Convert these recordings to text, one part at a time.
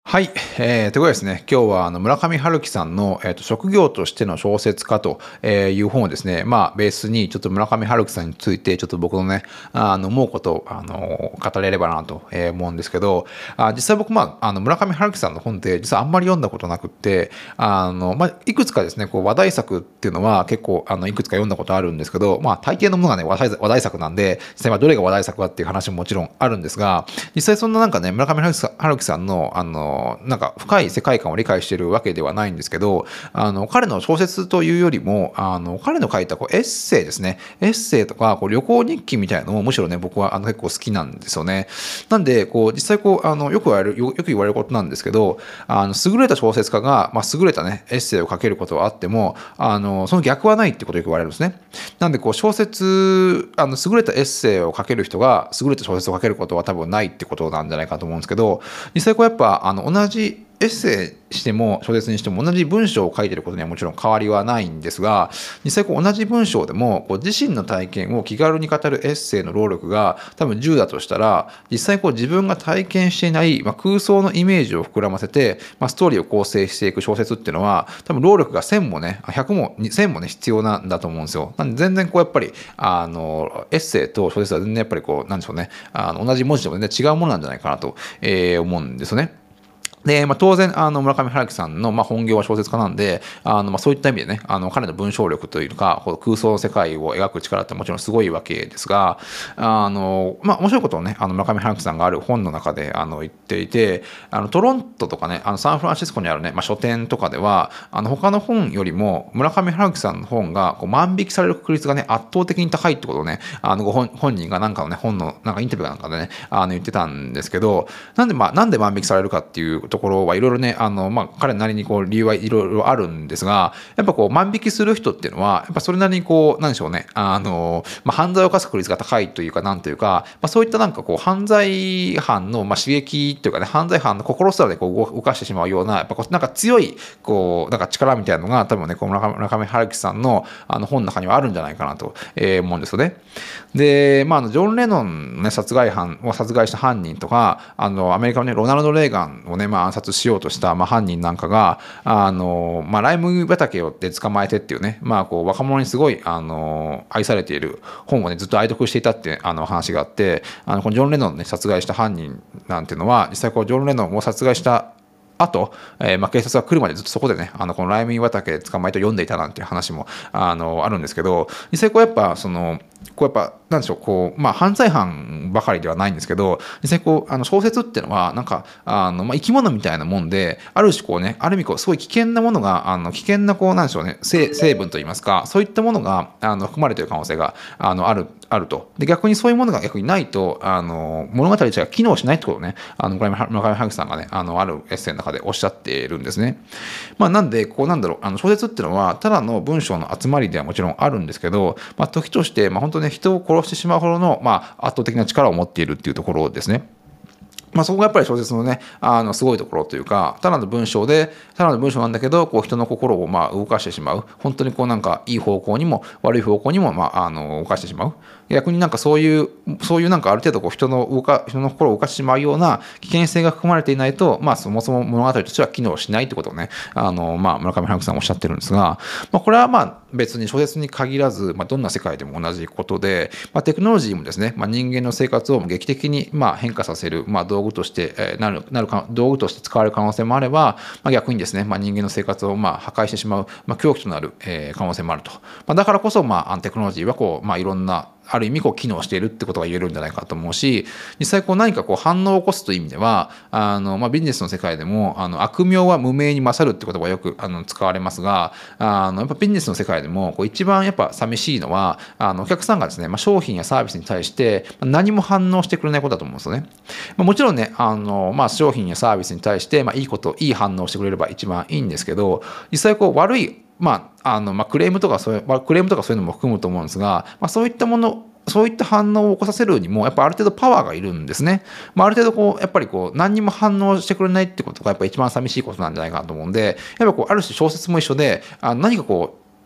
はい、ということでですね、今日は村上春樹さんの、職業としての小説家という本をですね、ベースにちょっと村上春樹さんについてちょっと僕のね、思うことを語れればなと思うんですけど、実際僕、村上春樹さんの本って実はあんまり読んだことなくって、いくつかですね、こう話題作っていうのは結構いくつか読んだことあるんですけど、大抵のものがね、話題作なんで、実際どれが話題作かっていう話ももちろんあるんですが、実際そんななんかね、村上春樹さんのなんか深い世界観を理解しているわけではないんですけど、彼の小説というよりも、彼の書いたこうエッセイですね。エッセイとかこう旅行日記みたいなのもむしろね、僕は結構好きなんですよね。なんで、こう実際こうよく言われることなんですけど、優れた小説家が、優れたね、エッセイを書けることはあっても、その逆はないってことをよく言われるんですね。なんでこう優れたエッセイを書ける人が優れた小説を書けることは多分ないってことなんじゃないかと思うんですけど、実際こうやっぱ同じエッセイしても小説にしても同じ文章を書いてることにはもちろん変わりはないんですが、実際こう同じ文章でもこう自身の体験を気軽に語るエッセイの労力が多分10だとしたら、実際こう自分が体験していない、空想のイメージを膨らませて、ストーリーを構成していく小説っていうのは多分労力が1000もね100も1000もね必要なんだと思うんですよ。なんで全然こうやっぱりエッセイと小説は全然やっぱりこうなんでしょうね、同じ文字でも全然違うものなんじゃないかなと、思うんですよね。で、当然、村上春樹さんの、本業は小説家なんで、そういった意味でね、彼の文章力というか、こう空想の世界を描く力ってもちろんすごいわけですが、面白いことをね、村上春樹さんがある本の中で、言っていて、トロントとかね、サンフランシスコにあるね、書店とかでは、他の本よりも、村上春樹さんの本が、こう、万引きされる確率がね、圧倒的に高いってことをね、本人がなんかのね、本の、なんかインタビューかなんかでね、言ってたんですけど、なんで万引きされるかっていうところはいろいろね、彼なりにこう理由はいろいろあるんですが、やっぱこう万引きする人っていうのは、やっぱそれなりにこう、なんでしょうね、犯罪を犯す確率が高いというか、なんというか、そういったなんかこう、犯罪犯の刺激というかね、犯罪犯の心すらでこう動かしてしまうような、やっぱこうなんか強い、こう、なんか力みたいなのが、多分ね、こう村上春樹さんの本の中にはあるんじゃないかなと思うんですよね。で、ジョン・レノンのね、殺害した犯人とか、アメリカのね、ロナルド・レーガンをね、暗殺しようとした、犯人なんかが、ライ麦畑をで捕まえてっていうね、こう若者にすごい、愛されている本をね、ずっと愛読していたって話があって、このジョン・レノンをね、殺害した犯人なんていうのは、実際こうジョン・レノンを殺害した警察が来るまでずっとそこでね、このライ麦畑で捕まえて読んでいたなんていう話もあるんですけど、実際こうやっぱなんでしょう、こう犯罪犯ばかりではないんですけど、実際こう小説っていうのはなんか生き物みたいなもんで、ある種こうね、ある意味こうすごい危険なものが危険なこうなんでしょうね、成分といいますか、そういったものが含まれている可能性があると。で、逆にそういうものが逆にないと物語自体が機能しないってことをね、村上春樹さんがねあるエッセイの中でおっしゃっているんですね。なんでこうなんだろう、小説っていうのはただの文章の集まりではもちろんあるんですけど、時として、本当ね、人を殺してしまうほどの、圧倒的な力を持っているっていうところですね。そこがやっぱり小説のね、すごいところというか、ただの文章なんだけど、こう人の心を動かしてしまう。本当にこうなんかいい方向にも悪い方向にも動かしてしまう。逆になんかそういうなんかある程度こう人の心を動かしてしまうような危険性が含まれていないと、そもそも物語としては機能しないってことをね、村上春樹さんおっしゃってるんですが、これは別に小説に限らず、どんな世界でも同じことで、テクノロジーもですね、人間の生活を劇的に変化させる、道具として道具として使われる可能性もあれば、逆にですね、人間の生活を破壊してしまう、凶器となる、可能性もあると。だからこそ、テクノロジーはこう、いろんなある意味こう機能しているってことが言えるんじゃないかと思うし、実際こう何かこう反応を起こすという意味ではビジネスの世界でも悪名は無名に勝るって言葉がよく使われますが、やっぱビジネスの世界でもこう一番やっぱ寂しいのはお客さんがですね、商品やサービスに対して何も反応してくれないことだと思うんですよね。もちろんね商品やサービスに対していい反応をしてくれれば一番いいんですけど、実際こう悪いクレームとかそういうのも含むと思うんですが、そういった反応を起こさせるにもやっぱある程度パワーがいるんですね。ある程度こうやっぱりこう何にも反応してくれないってことがやっぱ一番寂しいことなんじゃないかなと思うんで、やっぱこうある種小説も一緒で何かこう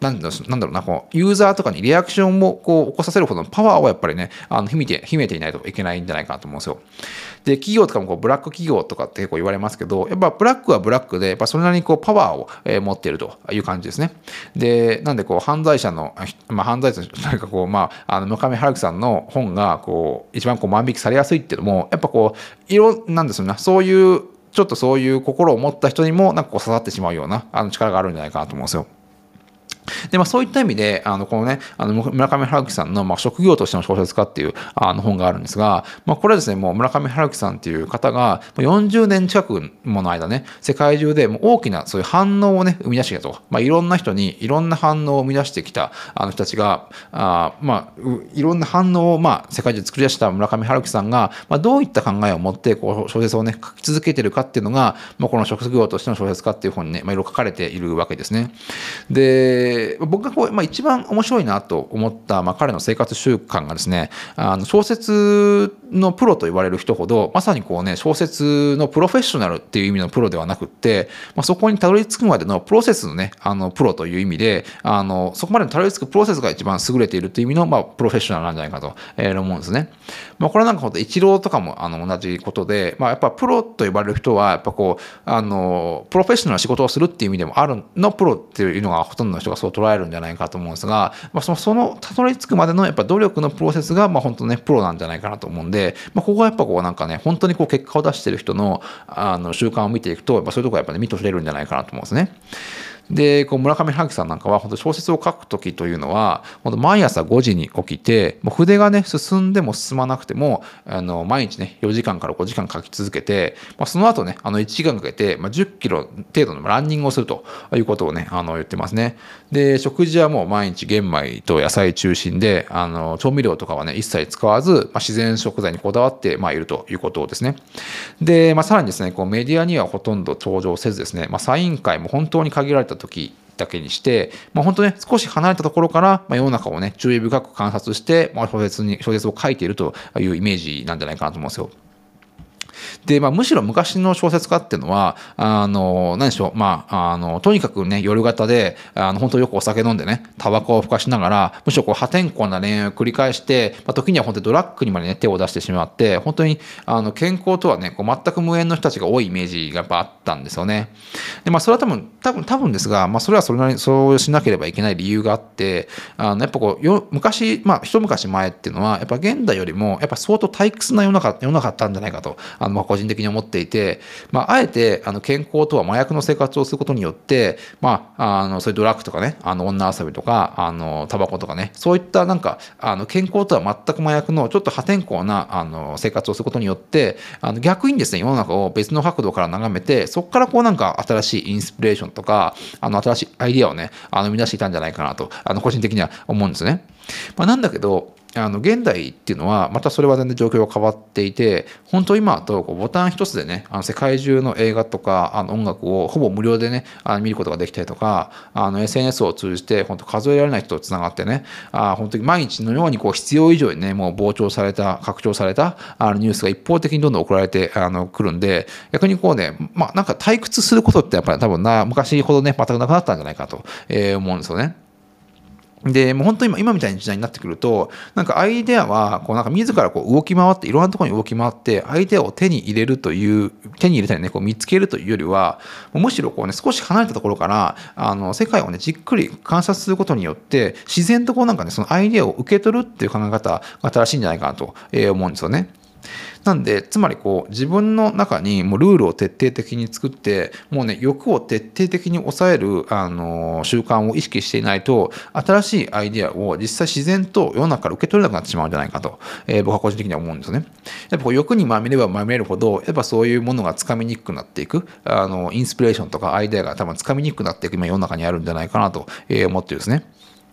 なんだろうな、こう、ユーザーとかにリアクションをこう起こさせるほどのパワーをやっぱりね、秘めていないといけないんじゃないかなと思うんですよ。で、企業とかもこうブラック企業とかって結構言われますけど、やっぱブラックはブラックで、やっぱそれなりにこうパワーを持っているという感じですね。で、なんでこう犯罪者の、犯罪者なんかこう、村上春樹さんの本がこう、一番こう万引きされやすいっていうのも、やっぱこう、なんですよね、そういう、ちょっとそういう心を持った人にもなんかこう刺さってしまうような力があるんじゃないかなと思うんですよ。で、そういった意味で、このね、村上春樹さんの、職業としての小説家っていう、本があるんですが、これはですね、もう村上春樹さんっていう方が、40年近くもの間ね、世界中でもう大きなそういう反応をね、生み出してきたと。いろんな人にいろんな反応を生み出してきた、人たちが、いろんな反応を、世界中で作り出した村上春樹さんが、どういった考えを持って、こう、小説をね、書き続けてるかっていうのが、この職業としての小説家っていう本にね、いろいろ書かれているわけですね。で、僕がこう、一番面白いなと思った、彼の生活習慣がですね、小説のプロと言われる人ほど、まさにこうね、小説のプロフェッショナルっていう意味のプロではなくって、そこにたどり着くまでのプロセスのね、プロという意味で、そこまでたどり着くプロセスが一番優れているという意味の、プロフェッショナルなんじゃないかと思うんですね。これなんかほんとイチローとかも同じことで、やっぱプロと呼ばれる人は、やっぱこう、プロフェッショナルな仕事をするっていう意味でもあるのプロっていうのがほとんどの人がそう捉えるんじゃないかと思うんですが、そのたどり着くまでのやっぱ努力のプロセスが、本当ね、プロなんじゃないかなと思うんで、ここはやっぱこうなんかね、本当にこう結果を出してる人の、習慣を見ていくと、やっぱそういうところやっぱね、見とれるんじゃないかなと思うんですね。で、こう村上春樹さんなんかは、本当小説を書くときというのは、本当毎朝5時に起きて、もう筆がね、進んでも進まなくても、毎日ね、4時間から5時間書き続けて、その後ね、1時間かけて、10キロ程度のランニングをするということをね、言ってますね。で、食事はもう毎日玄米と野菜中心で、調味料とかはね、一切使わず、自然食材にこだわって、いるということですね。で、さらにですね、こうメディアにはほとんど登場せずですね、サイン会も本当に限られた時だけにして、本当ね、少し離れたところから、世の中をね、注意深く観察して、小説を書いているというイメージなんじゃないかなと思うんですよ。で、むしろ昔の小説家っていうのは、何でしょう、とにかくね、夜型で、本当よくお酒飲んでね、タバコをふかしながら、むしろこう破天荒な恋愛を繰り返して、時には本当にドラッグにまでね、手を出してしまって、本当に、健康とはね、こう全く無縁の人たちが多いイメージがやっぱあったんですよね。で、それは多分ですが、それはそれなりにそうしなければいけない理由があって、やっぱこう、昔、一昔前っていうのは、やっぱ現代よりも、やっぱ相当退屈な世の中だったんじゃないかと、個人的に思っていて、あえて健康とは麻薬の生活をすることによって、そういうドラッグとかね、女遊びとか、タバコとかね、そういったなんか健康とは全く麻薬のちょっと破天荒な生活をすることによって、逆にですね、世の中を別の角度から眺めて、そこからこうなんか新しいインスピレーションとか、新しいアイディアをね、生み出していたんじゃないかなと、個人的には思うんですね。なんだけど、現代っていうのはまたそれは全然状況が変わっていて、本当今だとこうボタン一つでね、世界中の映画とか音楽をほぼ無料でね、見ることができたりとか、SNS を通じて本当数えられない人とつながってね、本当に毎日のようにこう必要以上にね、もう拡張されたニュースが一方的にどんどん送られてくるんで、逆にこうね、なんか退屈することってやっぱり多分昔ほどね、全くなくなったんじゃないかと思うんですよね。で、もう本当に今みたいな時代になってくると、なんかアイデアは、こうなんか自らこう動き回って、いろんなところに動き回って、アイデアを手に入れたりね、こう見つけるというよりは、むしろこうね、少し離れたところから、世界をね、じっくり観察することによって、自然とこうなんかね、そのアイデアを受け取るっていう考え方が正しいんじゃないかなと思うんですよね。なんで、つまりこう自分の中にもうルールを徹底的に作って、もうね、欲を徹底的に抑える習慣を意識していないと、新しいアイデアを実際自然と世の中から受け取れなくなってしまうんじゃないかと、僕は個人的には思うんですよね。やっぱこう欲にまみればまみれるほど、やっぱそういうものがつかみにくくなっていく、インスピレーションとかアイデアが多分つかみにくくなっていく今世の中にあるんじゃないかなと思ってるんですね。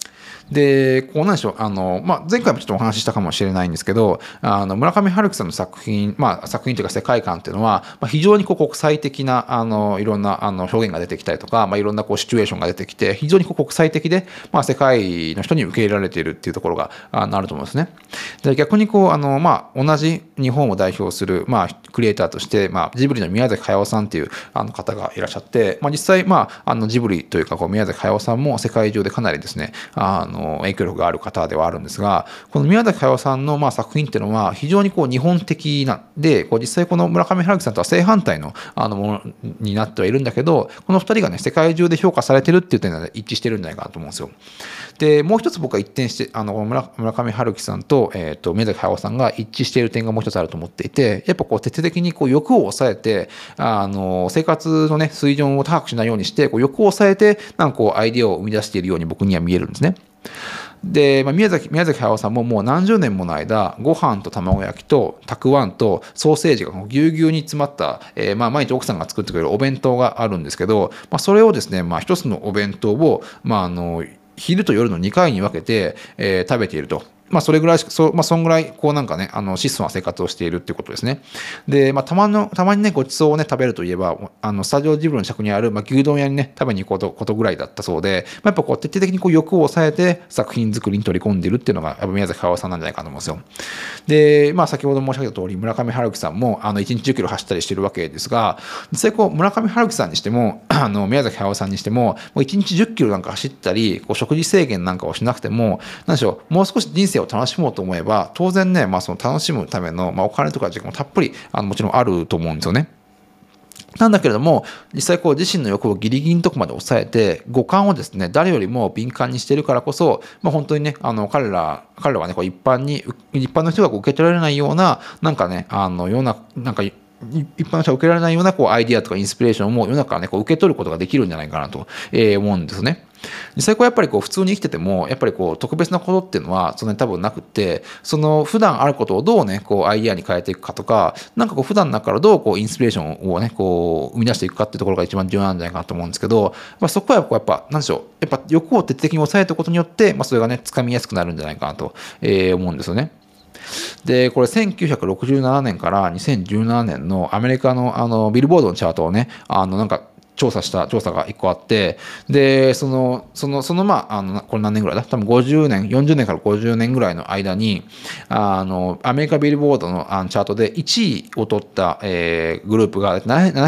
で、こうなんでしょう、前回もちょっとお話ししたかもしれないんですけど、村上春樹さんの作品、作品というか世界観っていうのは、非常にこう国際的な、いろんな表現が出てきたりとか、いろんなこうシチュエーションが出てきて、非常にこう国際的で、世界の人に受け入れられているっていうところがあると思うんですね。で、逆にこう、同じ日本を代表する、クリエイターとして、ジブリの宮崎駿さんっていう方がいらっしゃって、実際、ジブリというか、こう宮崎駿さんも世界中でかなりですね、影響力がある方ではあるんですが、この宮崎駿さんの作品っていうのは非常にこう日本的なで、こう実際この村上春樹さんとは正反対のものになってはいるんだけど、この2人がね世界中で評価されてるっていう点で一致してるんじゃないかなと思うんですよ。で、もう一つ僕は一点して村上春樹さんと、宮崎駿さんが一致している点がもう一つあると思っていて、やっぱこう徹底的にこう欲を抑えて生活のね水準を高くしないようにしてこう欲を抑えてなんかこうアイディアを生み出しているように僕には見えるんですね。で、宮崎駿さんももう何十年もの間ご飯と卵焼きとたくあんとソーセージがぎゅうぎゅうに詰まった、毎日奥さんが作ってくれるお弁当があるんですけど、それをですね、一つのお弁当を、昼と夜の2回に分けて、食べていると。それぐらいそんぐらい、こうなんかね、質素な生活をしているっていうことですね。で、たまにね、ごちそうをね、食べるといえば、スタジオジブリの近くにある、牛丼屋にね、食べに行くことぐらいだったそうで、やっぱこう、徹底的にこう欲を抑えて作品作りに取り込んでいるっていうのが、やっぱ宮崎駿さんなんじゃないかと思うんですよ。で、先ほど申し上げた通り、村上春樹さんも、1日10キロ走ったりしてるわけですが、実際こう、村上春樹さんにしても、宮崎駿さんにしても、もう1日10キロなんか走ったり、こう食事制限なんかをしなくても、なんでしょう、もう少し人生を楽しもうと思えば、当然ね、その楽しむための、お金とか時間もたっぷり、もちろんあると思うんですよね。なんだけれども、実際こう自身の欲をギリギリのところまで抑えて、五感をですね、誰よりも敏感にしているからこそ、本当にね、彼らはね、こう一般の人が受け取られないような、なんかね、なんか、一般の人が受けられないようなこうアイディアとかインスピレーションも世の中からねこう受け取ることができるんじゃないかなと思うんですね。実際こうやっぱりこう普通に生きててもやっぱりこう特別なことっていうのはそんなに多分なくって、その普段あることをどうねこうアイディアに変えていくかとか、なんかこう普段の中からどうこうインスピレーションをねこう生み出していくかっていうところが一番重要なんじゃないかなと思うんですけど、そこはこうやっぱなんでしょう、やっぱ欲を徹底的に抑えておくことによって、それがね掴みやすくなるんじゃないかなと思うんですよね。で、これ1967年から2017年のアメリカのビルボードのチャートをね、なんか調査が一個あって、で、これ何年ぐらいだ多分40年、40年から50年ぐらいの間に、アメリカビルボードのチャートで1位を取った、グループが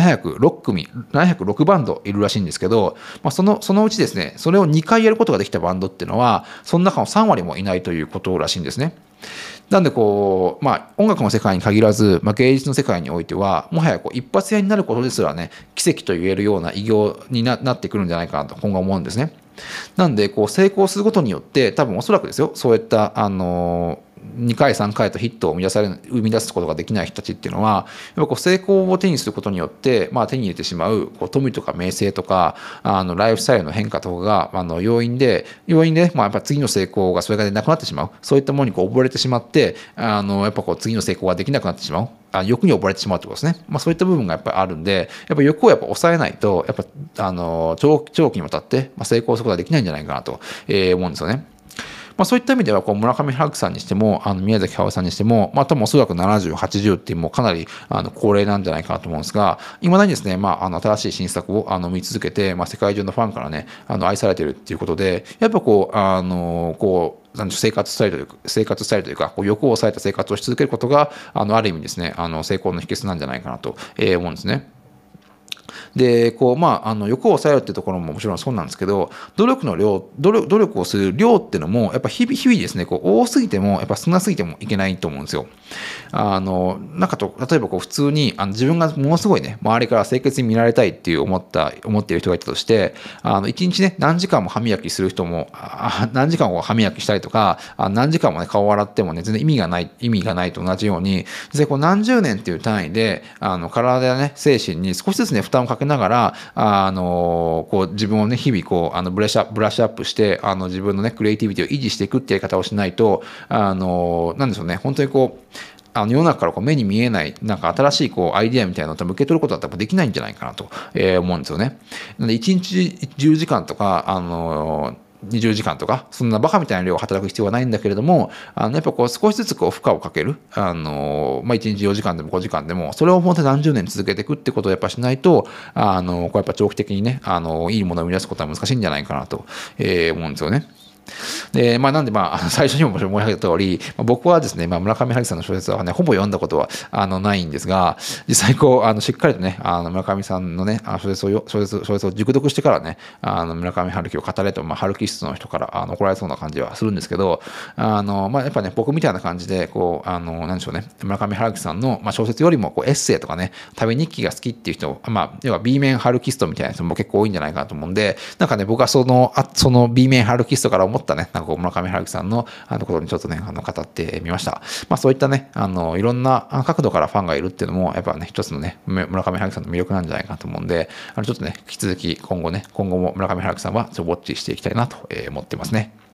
706バンドいるらしいんですけど、そのうちですね、それを2回やることができたバンドっていうのは、その中の3割もいないということらしいんですね。なんでこう、音楽の世界に限らず、芸術の世界においては、もはやこう一発屋になることですらね、奇跡と言えるような偉業になってくるんじゃないかなと今後思うんですね。なんでこう成功することによって、多分おそらくですよ、そういった2回3回とヒットを生み出すことができない人たちっていうのは、やっぱこう成功を手にすることによって、手に入れてしまうこう富とか名声とかライフスタイルの変化とかが要因で、やっぱ次の成功がそれがなくなってしまう、そういったものにこう溺れてしまって、やっぱこう次の成功ができなくなってしまう、欲に溺れてしまうってことですね。そういった部分がやっぱりあるんで、やっぱ欲をやっぱ抑えないと、やっぱ長期にわたって成功することができないんじゃないかなと思うんですよね。そういった意味ではこう村上春樹さんにしても宮崎駿さんにしても、多分おそらく70、80っていうもうかなり高齢なんじゃないかなと思うんですが、いまだにですね、新しい新作を見続けて、世界中のファンからね愛されているっていうことで、やっぱこう生活スタイルというかこう欲を抑えた生活をし続けることがある意味ですね成功の秘訣なんじゃないかなと思うんですね。で、こう、欲を抑えるっていうところももちろんそうなんですけど、努力をする量っていうのも、やっぱ日々ですね、こう、多すぎても、やっぱ少なすぎてもいけなんと思うんですよ。例えばこう、普通に、自分がものすごいね、周りから清潔に見られたいっていう思っている人がいたとして、一日ね、何時間も歯磨きする人も、何時間も歯磨きしたりとか、何時間もね、顔を洗ってもね、全然意味がないと同じように、実際こう、何十年っていう単位で、体やね、精神に少しずつね、負担をかけながらこう自分をね日々こうブラッシュアップして自分のねクリエイティビティを維持していくっていうやり方をしないとなんでしょうね、本当にこう世の中からこう目に見えないなんか新しいこうアイディアみたいなのを多分受け取ることは多分できないんじゃないかなと思うんですよね。なので1日10時間とか 20時間とか、そんなバカみたいな量を働く必要はないんだけれども、やっぱこう少しずつこう負荷をかける、1日4時間でも5時間でも、それを本当に何十年続けていくってことをやっぱしないと、こうやっぱ長期的にね、いいものを生み出すことは難しいんじゃないかなと、思うんですよね。で、なんで最初にも申し上げた通り、僕はですね、村上春樹さんの小説はね、ほぼ読んだことは、ないんですが、実際こう、しっかりとね、村上さんのね、小説を熟読してからね、村上春樹を語れと、春樹室の人から、怒られそうな感じはするんですけど、やっぱね、僕みたいな感じで、こう、なんでしょうね、村上春樹さんの、小説よりも、こう、エッセイとかね、旅日記が好きっていう人、要は B 面春樹ストみたいな人も結構多いんじゃないかなと思うんで、なんかね、僕はその B 面春樹ストから思ったね、なんかこう村上春樹さんのことにちょっとね、語ってみました。そういったね、いろんな角度からファンがいるっていうのも、やっぱね、一つのね、村上春樹さんの魅力なんじゃないかなと思うんで、ちょっとね、引き続き今後も村上春樹さんはウォッチしていきたいなと思ってますね。